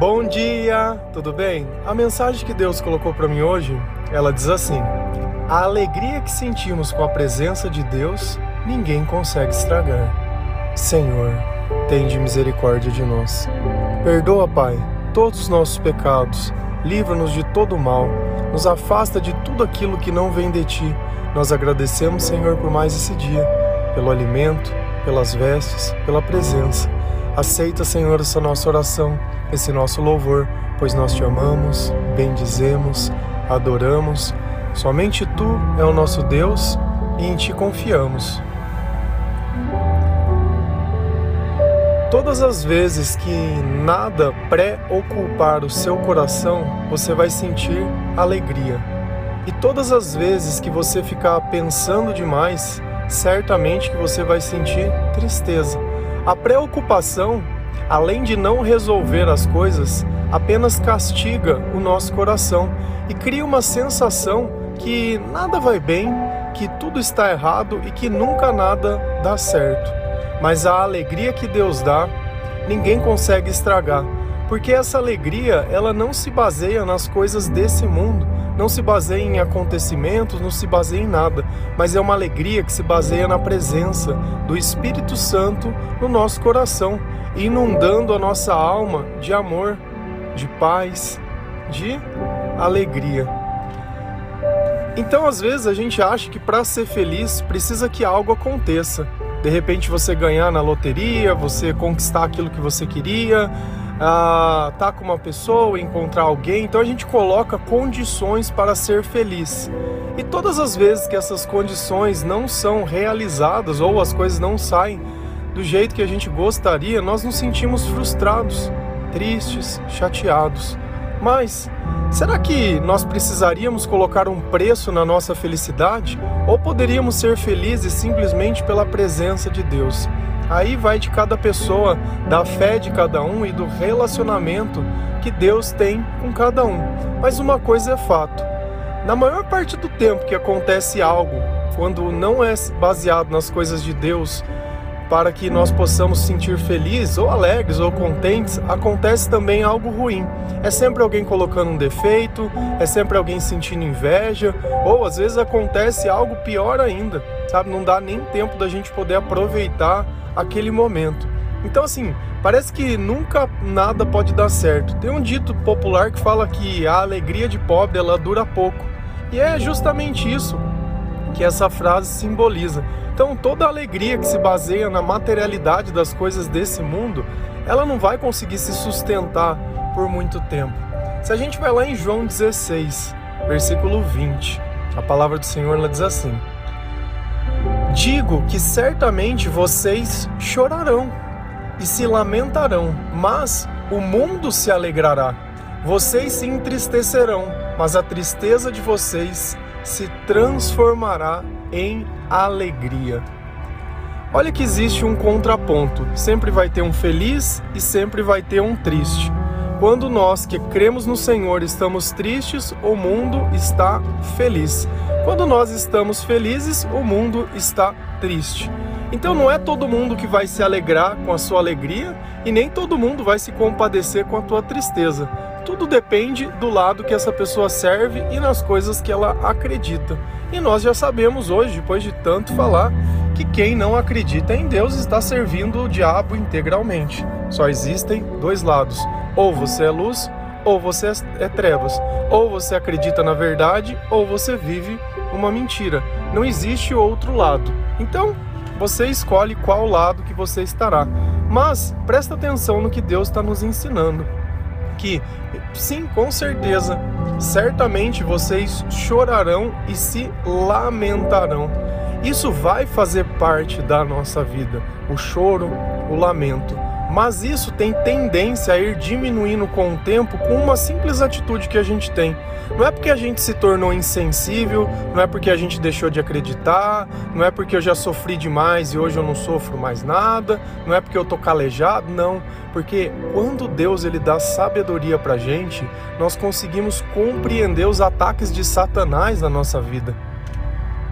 Bom dia, tudo bem? A mensagem que Deus colocou para mim hoje, ela diz assim: a alegria que sentimos com a presença de Deus, ninguém consegue estragar. Senhor, tende misericórdia de nós. Perdoa, Pai, todos os nossos pecados, livra-nos de todo mal, nos afasta de tudo aquilo que não vem de Ti. Nós agradecemos, Senhor, por mais esse dia, pelo alimento, pelas vestes, pela presença. Aceita, Senhor, essa nossa oração, esse nosso louvor, pois nós Te amamos, bendizemos, adoramos. Somente Tu é o nosso Deus e em Ti confiamos. Todas as vezes que nada preocupar o seu coração, você vai sentir alegria. E todas as vezes que você ficar pensando demais, certamente que você vai sentir tristeza. A preocupação, além de não resolver as coisas, apenas castiga o nosso coração e cria uma sensação que nada vai bem, que tudo está errado e que nunca nada dá certo. Mas a alegria que Deus dá, ninguém consegue estragar, porque essa alegria, ela não se baseia nas coisas desse mundo, não se baseia em acontecimentos, não se baseia em nada, mas é uma alegria que se baseia na presença do Espírito Santo no nosso coração, inundando a nossa alma de amor, de paz, de alegria. Então, às vezes, a gente acha que para ser feliz precisa que algo aconteça. De repente você ganhar na loteria, você conquistar aquilo que você queria, estar com uma pessoa, encontrar alguém. Então a gente coloca condições para ser feliz. E todas as vezes que essas condições não são realizadas ou as coisas não saem do jeito que a gente gostaria, nós nos sentimos frustrados, tristes, chateados. Mas será que nós precisaríamos colocar um preço na nossa felicidade? Ou poderíamos ser felizes simplesmente pela presença de Deus? Aí vai de cada pessoa, da fé de cada um e do relacionamento que Deus tem com cada um. Mas uma coisa é fato: na maior parte do tempo que acontece algo, quando não é baseado nas coisas de Deus, para que nós possamos sentir felizes, ou alegres, ou contentes, acontece também algo ruim. É sempre alguém colocando um defeito, é sempre alguém sentindo inveja, ou às vezes acontece algo pior ainda, sabe? Não dá nem tempo da gente poder aproveitar aquele momento. Então, assim, parece que nunca nada pode dar certo. Tem um dito popular que fala que a alegria de pobre, ela dura pouco. E é justamente isso que essa frase simboliza. Então, toda alegria que se baseia na materialidade das coisas desse mundo, ela não vai conseguir se sustentar por muito tempo. Se a gente vai lá em João 16, versículo 20, a palavra do Senhor, ela diz assim: digo que certamente vocês chorarão e se lamentarão, mas o mundo se alegrará. Vocês se entristecerão, mas a tristeza de vocês se transformará em alegria. Olha que existe um contraponto. Sempre vai ter um feliz e sempre vai ter um triste. Quando nós que cremos no Senhor estamos tristes, o mundo está feliz. Quando nós estamos felizes, o mundo está triste. Então não é todo mundo que vai se alegrar com a sua alegria e nem todo mundo vai se compadecer com a tua tristeza. Tudo depende do lado que essa pessoa serve e nas coisas que ela acredita. E nós já sabemos hoje, depois de tanto falar, que quem não acredita em Deus está servindo o diabo integralmente. Só existem dois lados: ou você é luz, ou você é trevas. Ou você acredita na verdade, ou você vive uma mentira. Não existe outro lado. Então, você escolhe qual lado que você estará. Mas presta atenção no que Deus está nos ensinando. Que sim, com certeza, certamente vocês chorarão e se lamentarão. Isso vai fazer parte da nossa vida, o choro, o lamento. Mas isso tem tendência a ir diminuindo com o tempo com uma simples atitude que a gente tem. Não é porque a gente se tornou insensível, não é porque a gente deixou de acreditar, não é porque eu já sofri demais e hoje eu não sofro mais nada, não é porque eu tô calejado, não. Porque quando Deus ele dá sabedoria pra gente, nós conseguimos compreender os ataques de Satanás na nossa vida.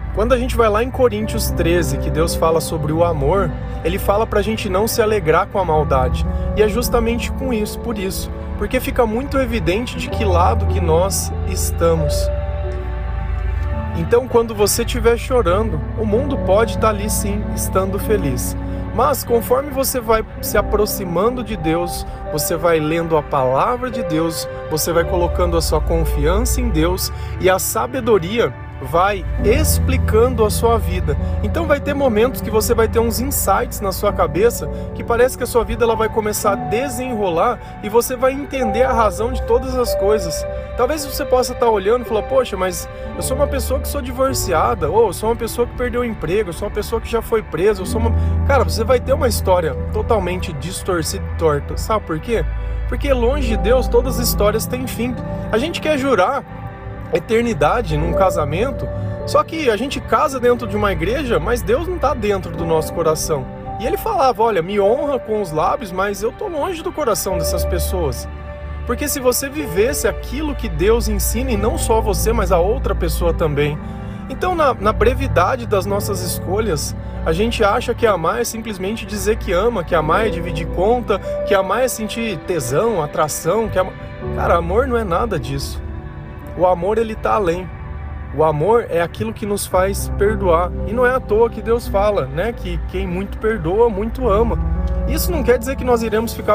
Quando a gente vai lá em Coríntios 13, que Deus fala sobre o amor, Ele fala pra gente não se alegrar com a maldade. E é justamente por isso, porque fica muito evidente de que lado que nós estamos. Então, quando você estiver chorando, o mundo pode estar ali sim, estando feliz. Mas conforme você vai se aproximando de Deus, você vai lendo a palavra de Deus, você vai colocando a sua confiança em Deus e a sabedoria vai explicando a sua vida. Então vai ter momentos que você vai ter uns insights na sua cabeça que parece que a sua vida ela vai começar a desenrolar e você vai entender a razão de todas as coisas. Talvez você possa estar olhando e falar, poxa, mas eu sou uma pessoa que sou divorciada, ou eu sou uma pessoa que perdeu o emprego, eu sou uma pessoa que já foi presa, eu sou uma... Cara, você vai ter uma história totalmente distorcida e torta. Sabe por quê? Porque longe de Deus todas as histórias têm fim. A gente quer jurar eternidade num casamento, só que a gente casa dentro de uma igreja, mas Deus não está dentro do nosso coração. E ele falava, olha, me honra com os lábios, mas eu tô longe do coração dessas pessoas. Porque se você vivesse aquilo que Deus ensina, e não só você, mas a outra pessoa também. Então, na brevidade das nossas escolhas, a gente acha que amar é simplesmente dizer que ama, que amar é dividir conta, que amar é sentir tesão, atração. Cara, amor não é nada disso. O amor, ele tá além. O amor é aquilo que nos faz perdoar. E não é à toa que Deus fala, né? Que quem muito perdoa, muito ama. Isso não quer dizer que nós iremos ficar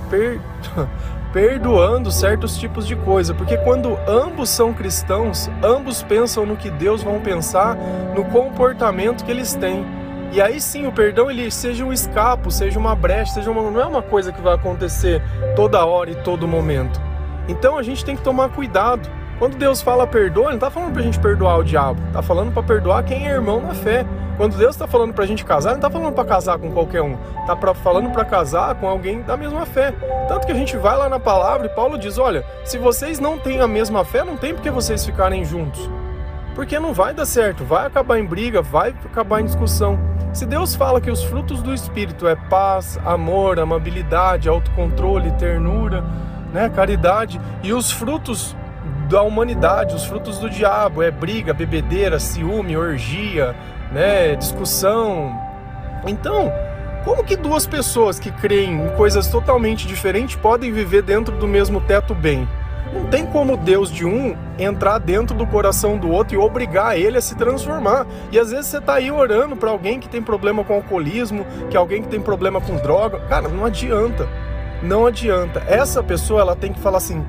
perdoando certos tipos de coisa. Porque quando ambos são cristãos, ambos pensam no que Deus vão pensar, no comportamento que eles têm. E aí sim, o perdão, ele seja um escapo, seja uma brecha, não é uma coisa que vai acontecer toda hora e todo momento. Então a gente tem que tomar cuidado. Quando Deus fala perdoa, Ele não está falando pra gente perdoar o diabo, está falando para perdoar quem é irmão na fé. Quando Deus está falando pra gente casar, Ele não está falando para casar com qualquer um, está falando para casar com alguém da mesma fé. Tanto que a gente vai lá na palavra e Paulo diz, olha, se vocês não têm a mesma fé, não tem por que vocês ficarem juntos. Porque não vai dar certo, vai acabar em briga, vai acabar em discussão. Se Deus fala que os frutos do Espírito é paz, amor, amabilidade, autocontrole, ternura, né, caridade, e os frutos da humanidade, os frutos do diabo é briga, bebedeira, ciúme, orgia, né, discussão. Então, como que duas pessoas que creem em coisas totalmente diferentes podem viver dentro do mesmo teto bem? Não tem como Deus de um entrar dentro do coração do outro e obrigar ele a se transformar. E às vezes você tá aí orando para alguém que tem problema com alcoolismo, que alguém que tem problema com droga. Cara, não adianta. Não adianta. Essa pessoa, ela tem que falar assim,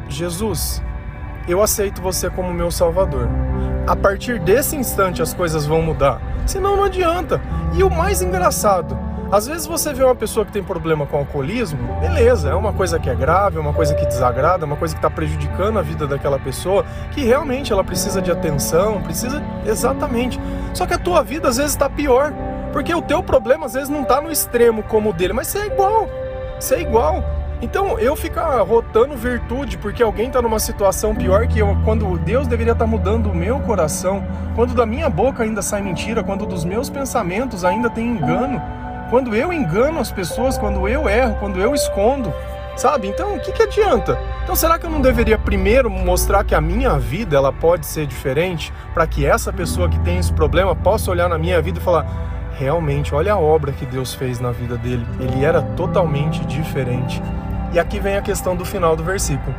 Jesus, eu aceito você como meu Salvador. A partir desse instante as coisas vão mudar. Senão não adianta. E o mais engraçado, às vezes você vê uma pessoa que tem problema com alcoolismo, beleza, é uma coisa que é grave, é uma coisa que desagrada, é uma coisa que está prejudicando a vida daquela pessoa, que realmente ela precisa de atenção, precisa... Exatamente. Só que a tua vida às vezes está pior, porque o teu problema às vezes não está no extremo como o dele, mas você é igual. Você é igual. Então, eu ficar rotando virtude porque alguém está numa situação pior que eu, quando Deus deveria estar mudando o meu coração, quando da minha boca ainda sai mentira, quando dos meus pensamentos ainda tem engano, quando eu engano as pessoas, quando eu erro, quando eu escondo, sabe? Então, o que adianta? Então, será que eu não deveria primeiro mostrar que a minha vida ela pode ser diferente, para que essa pessoa que tem esse problema possa olhar na minha vida e falar, realmente, olha a obra que Deus fez na vida dele, ele era totalmente diferente. E aqui vem a questão do final do versículo.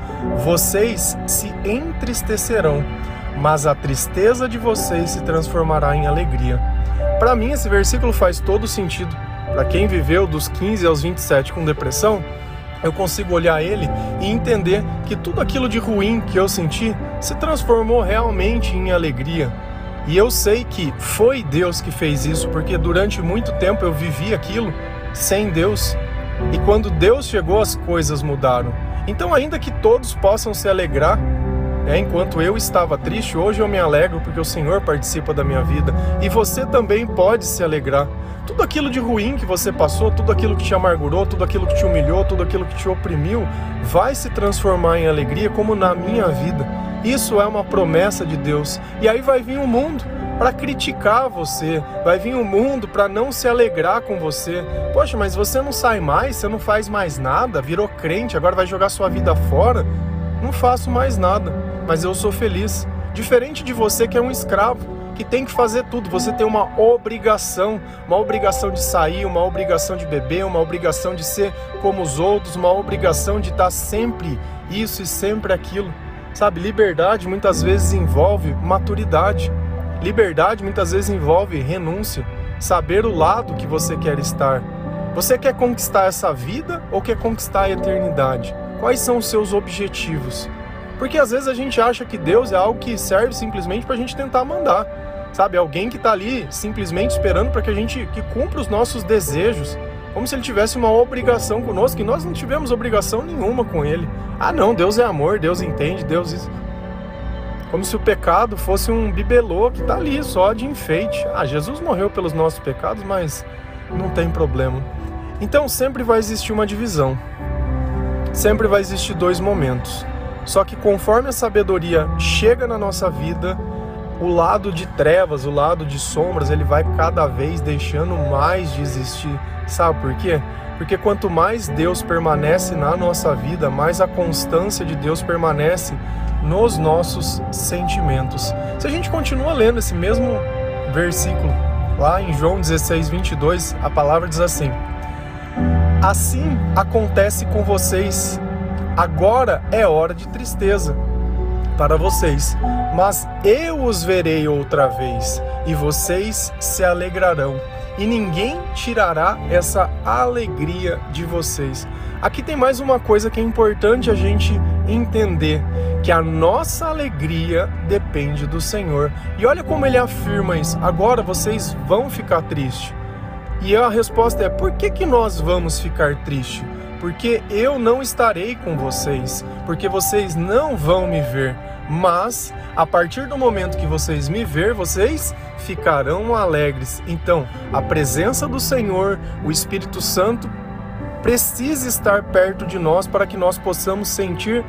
Vocês se entristecerão, mas a tristeza de vocês se transformará em alegria. Para mim, esse versículo faz todo sentido. Para quem viveu dos 15 aos 27 com depressão, eu consigo olhar ele e entender que tudo aquilo de ruim que eu senti se transformou realmente em alegria. E eu sei que foi Deus que fez isso, porque durante muito tempo eu vivi aquilo sem Deus. E quando Deus chegou, as coisas mudaram. Então, ainda que todos possam se alegrar, enquanto eu estava triste, hoje eu me alegro porque o Senhor participa da minha vida. E você também pode se alegrar. Tudo aquilo de ruim que você passou, tudo aquilo que te amargurou, tudo aquilo que te humilhou, tudo aquilo que te oprimiu, vai se transformar em alegria, como na minha vida. Isso é uma promessa de Deus. E aí vai vir o mundo para criticar você, vai vir o mundo para não se alegrar com você. Poxa, mas você não sai mais, você não faz mais nada, virou crente, agora vai jogar sua vida fora? Não faço mais nada, mas eu sou feliz. Diferente de você que é um escravo, que tem que fazer tudo. Você tem uma obrigação de sair, uma obrigação de beber, uma obrigação de ser como os outros, uma obrigação de estar sempre isso e sempre aquilo. Sabe, liberdade muitas vezes envolve maturidade. Liberdade muitas vezes envolve renúncia, saber o lado que você quer estar. Você quer conquistar essa vida ou quer conquistar a eternidade? Quais são os seus objetivos? Porque às vezes a gente acha que Deus é algo que serve simplesmente para a gente tentar mandar. Sabe, alguém que está ali simplesmente esperando para que a gente cumpra os nossos desejos. Como se ele tivesse uma obrigação conosco, e nós não tivemos obrigação nenhuma com ele. Ah não, Deus é amor, Deus entende, Deus isso. Como se o pecado fosse um bibelô que está ali só de enfeite. Ah, Jesus morreu pelos nossos pecados, mas não tem problema. Então sempre vai existir uma divisão. Sempre vai existir dois momentos. Só que conforme a sabedoria chega na nossa vida, o lado de trevas, o lado de sombras, ele vai cada vez deixando mais de existir. Sabe por quê? Porque quanto mais Deus permanece na nossa vida, mais a constância de Deus permanece nos nossos sentimentos. Se a gente continua lendo esse mesmo versículo, lá em João 16, 22, a palavra diz assim: assim acontece com vocês, agora é hora de tristeza para vocês, mas eu os verei outra vez, e vocês se alegrarão, e ninguém tirará essa alegria de vocês. Aqui tem mais uma coisa que é importante a gente entender, que a nossa alegria depende do Senhor. E olha como ele afirma isso: agora vocês vão ficar tristes. E a resposta é: por que nós vamos ficar tristes? Porque eu não estarei com vocês, porque vocês não vão me ver. Mas, a partir do momento que vocês me ver, vocês ficarão alegres. Então, a presença do Senhor, o Espírito Santo, precisa estar perto de nós para que nós possamos sentir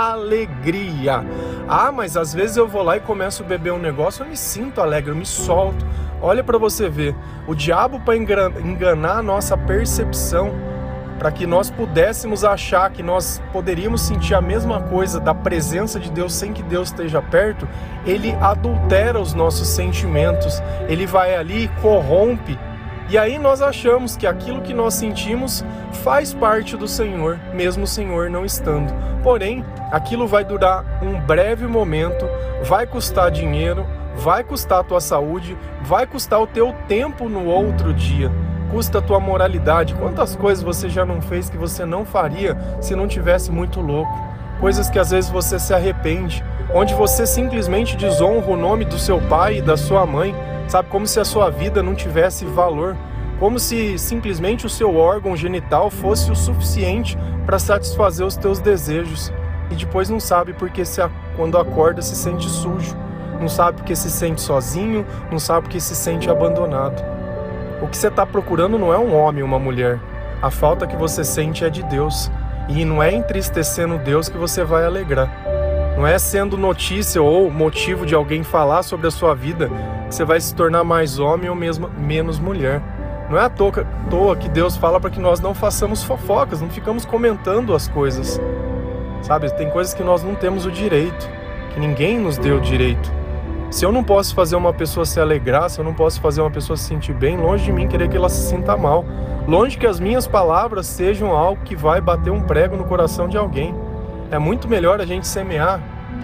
alegria. Ah, mas às vezes eu vou lá e começo a beber um negócio, eu me sinto alegre, eu me solto. Olha para você ver, o diabo, para enganar a nossa percepção, para que nós pudéssemos achar que nós poderíamos sentir a mesma coisa da presença de Deus sem que Deus esteja perto, ele adultera os nossos sentimentos, ele vai ali e corrompe. E aí nós achamos que aquilo que nós sentimos faz parte do Senhor, mesmo o Senhor não estando. Porém, aquilo vai durar um breve momento, vai custar dinheiro, vai custar a tua saúde, vai custar o teu tempo no outro dia. Custa a tua moralidade. Quantas coisas você já não fez que você não faria se não tivesse muito louco? Coisas que às vezes você se arrepende, onde você simplesmente desonra o nome do seu pai e da sua mãe, sabe? Como se a sua vida não tivesse valor, como se simplesmente o seu órgão genital fosse o suficiente para satisfazer os teus desejos. E depois não sabe porque quando acorda se sente sujo, não sabe porque se sente sozinho, não sabe porque se sente abandonado. O que você está procurando não é um homem ou uma mulher. A falta que você sente é de Deus. E não é entristecendo Deus que você vai alegrar. Não é sendo notícia ou motivo de alguém falar sobre a sua vida que você vai se tornar mais homem ou mesmo menos mulher. Não é à toa que Deus fala para que nós não façamos fofocas, não ficamos comentando as coisas. Sabe, tem coisas que nós não temos o direito, que ninguém nos deu o direito. Se eu não posso fazer uma pessoa se alegrar, se eu não posso fazer uma pessoa se sentir bem, longe de mim querer que ela se sinta mal. Longe que as minhas palavras sejam algo que vai bater um prego no coração de alguém. É muito melhor a gente semear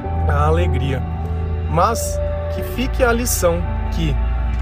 a alegria. Mas que fique a lição que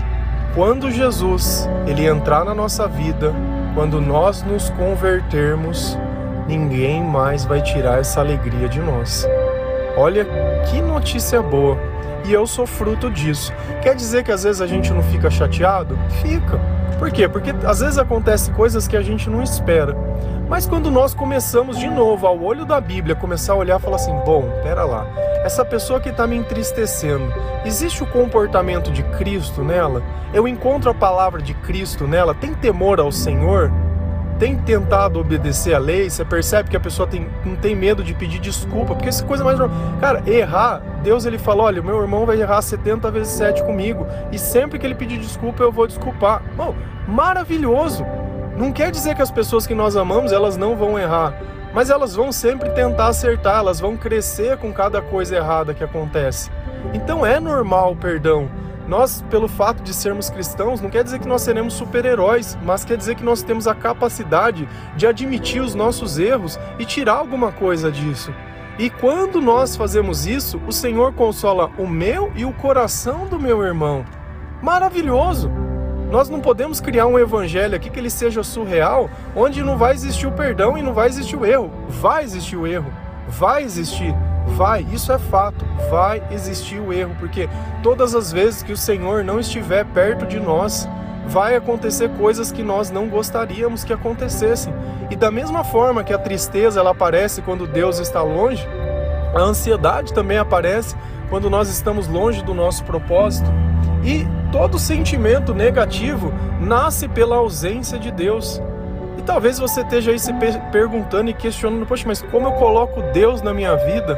quando Jesus ele entrar na nossa vida, quando nós nos convertermos, ninguém mais vai tirar essa alegria de nós. Olha que notícia boa. E eu sou fruto disso. Quer dizer que às vezes a gente não fica chateado? Fica. Por quê? Porque às vezes acontecem coisas que a gente não espera. Mas quando nós começamos de novo, ao olho da Bíblia, começar a olhar e falar assim: bom, pera lá, essa pessoa que está me entristecendo, existe o comportamento de Cristo nela? Eu encontro a palavra de Cristo nela? Tem temor ao Senhor? Tem tentado obedecer a lei? Você percebe que a pessoa não tem medo de pedir desculpa, porque essa coisa mais... Cara, errar, Deus ele falou: olha, o meu irmão vai errar 70 vezes 7 comigo, e sempre que ele pedir desculpa eu vou desculpar. Bom, maravilhoso! Não quer dizer que as pessoas que nós amamos, elas não vão errar, mas elas vão sempre tentar acertar, elas vão crescer com cada coisa errada que acontece. Então é normal o perdão. Nós, pelo fato de sermos cristãos, não quer dizer que nós seremos super-heróis, mas quer dizer que nós temos a capacidade de admitir os nossos erros e tirar alguma coisa disso. E quando nós fazemos isso, o Senhor consola o meu e o coração do meu irmão. Maravilhoso! Nós não podemos criar um evangelho aqui que ele seja surreal, onde não vai existir o perdão e não vai existir o erro. Vai existir o erro, vai existir, vai, isso é fato, vai existir o erro, porque todas as vezes que o Senhor não estiver perto de nós, vai acontecer coisas que nós não gostaríamos que acontecessem. E da mesma forma que a tristeza ela aparece quando Deus está longe, a ansiedade também aparece quando nós estamos longe do nosso propósito. E todo sentimento negativo nasce pela ausência de Deus. E talvez você esteja aí se perguntando e questionando, poxa, mas como eu coloco Deus na minha vida?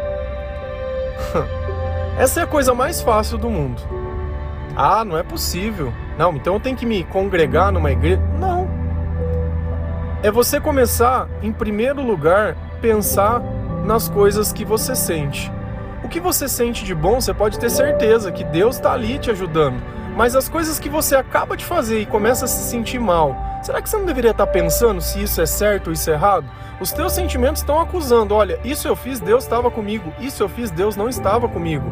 Essa é a coisa mais fácil do mundo. Ah, não é possível. Não, então eu tenho que me congregar numa igreja? Não. É você começar, em primeiro lugar, pensar nas coisas que você sente. O que você sente de bom, você pode ter certeza que Deus está ali te ajudando. Mas as coisas que você acaba de fazer e começa a se sentir mal, será que você não deveria estar pensando se isso é certo ou isso é errado? Os teus sentimentos estão acusando, olha, isso eu fiz, Deus estava comigo, isso eu fiz, Deus não estava comigo.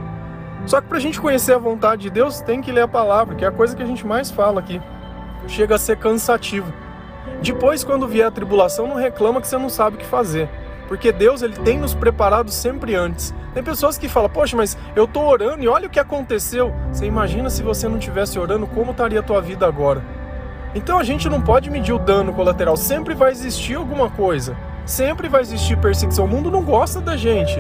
Só que para a gente conhecer a vontade de Deus, tem que ler a palavra, que é a coisa que a gente mais fala aqui. Chega a ser cansativo. Depois, quando vier a tribulação, não reclama que você não sabe o que fazer. Porque Deus, ele tem nos preparado sempre antes. Tem pessoas que falam, poxa, mas eu estou orando e olha o que aconteceu. Você imagina se você não estivesse orando, como estaria a tua vida agora? Então a gente não pode medir o dano colateral. Sempre vai existir alguma coisa. Sempre vai existir perseguição. O mundo não gosta da gente.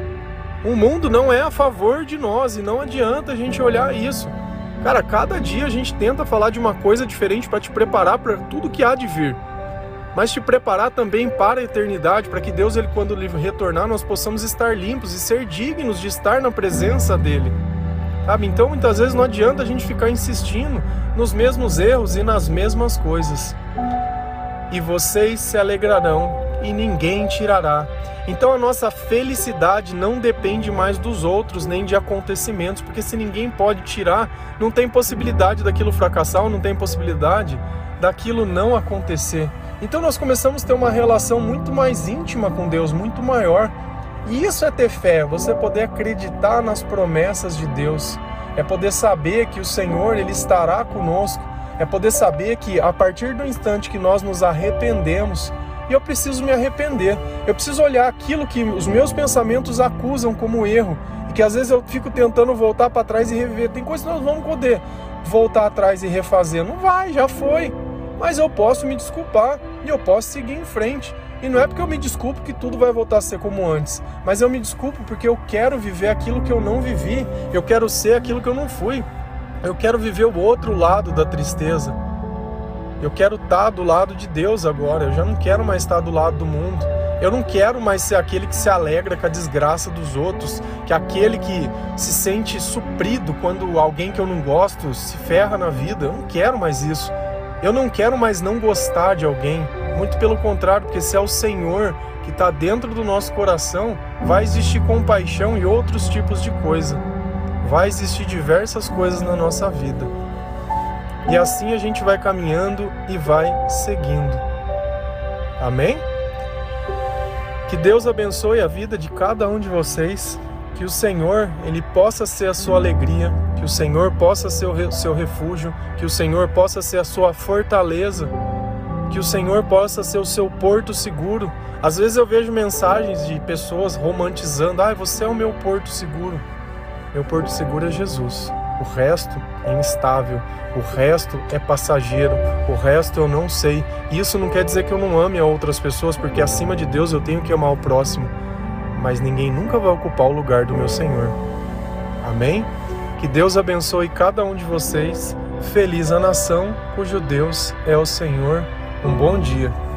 O mundo não é a favor de nós e não adianta a gente olhar isso. Cara, cada dia a gente tenta falar de uma coisa diferente para te preparar para tudo que há de vir. Mas te preparar também para a eternidade, para que Deus, ele, quando ele retornar, nós possamos estar limpos e ser dignos de estar na presença dele. Sabe? Então, muitas vezes não adianta a gente ficar insistindo nos mesmos erros e nas mesmas coisas. E vocês se alegrarão e ninguém tirará. Então a nossa felicidade não depende mais dos outros, nem de acontecimentos, porque se ninguém pode tirar, não tem possibilidade daquilo fracassar, ou não tem possibilidade daquilo não acontecer. Então nós começamos a ter uma relação muito mais íntima com Deus, muito maior. E isso é ter fé, você poder acreditar nas promessas de Deus. É poder saber que o Senhor, ele estará conosco. É poder saber que a partir do instante que nós nos arrependemos, e eu preciso me arrepender, eu preciso olhar aquilo que os meus pensamentos acusam como erro, e que às vezes eu fico tentando voltar para trás e reviver. Tem coisas que nós vamos poder voltar atrás e refazer, não vai, já foi, mas eu posso me desculpar e eu posso seguir em frente. E não é porque eu me desculpo que tudo vai voltar a ser como antes, mas eu me desculpo porque eu quero viver aquilo que eu não vivi, eu quero ser aquilo que eu não fui, eu quero viver o outro lado da tristeza. Eu quero estar do lado de Deus agora, eu já não quero mais estar do lado do mundo. Eu não quero mais ser aquele que se alegra com a desgraça dos outros, que é aquele que se sente suprido quando alguém que eu não gosto se ferra na vida. Eu não quero mais isso. Eu não quero mais não gostar de alguém. Muito pelo contrário, porque se é o Senhor que está dentro do nosso coração, vai existir compaixão e outros tipos de coisa. Vai existir diversas coisas na nossa vida. E assim a gente vai caminhando e vai seguindo. Amém? Que Deus abençoe a vida de cada um de vocês. Que o Senhor, ele possa ser a sua alegria. Que o Senhor possa ser o seu refúgio. Que o Senhor possa ser a sua fortaleza. Que o Senhor possa ser o seu porto seguro. Às vezes eu vejo mensagens de pessoas romantizando. Você é o meu porto seguro. Meu porto seguro é Jesus. O resto é instável, o resto é passageiro, o resto eu não sei. Isso não quer dizer que eu não ame a outras pessoas, porque acima de Deus eu tenho que amar o próximo. Mas ninguém nunca vai ocupar o lugar do meu Senhor. Amém? Que Deus abençoe cada um de vocês. Feliz a nação cujo Deus é o Senhor. Um bom dia.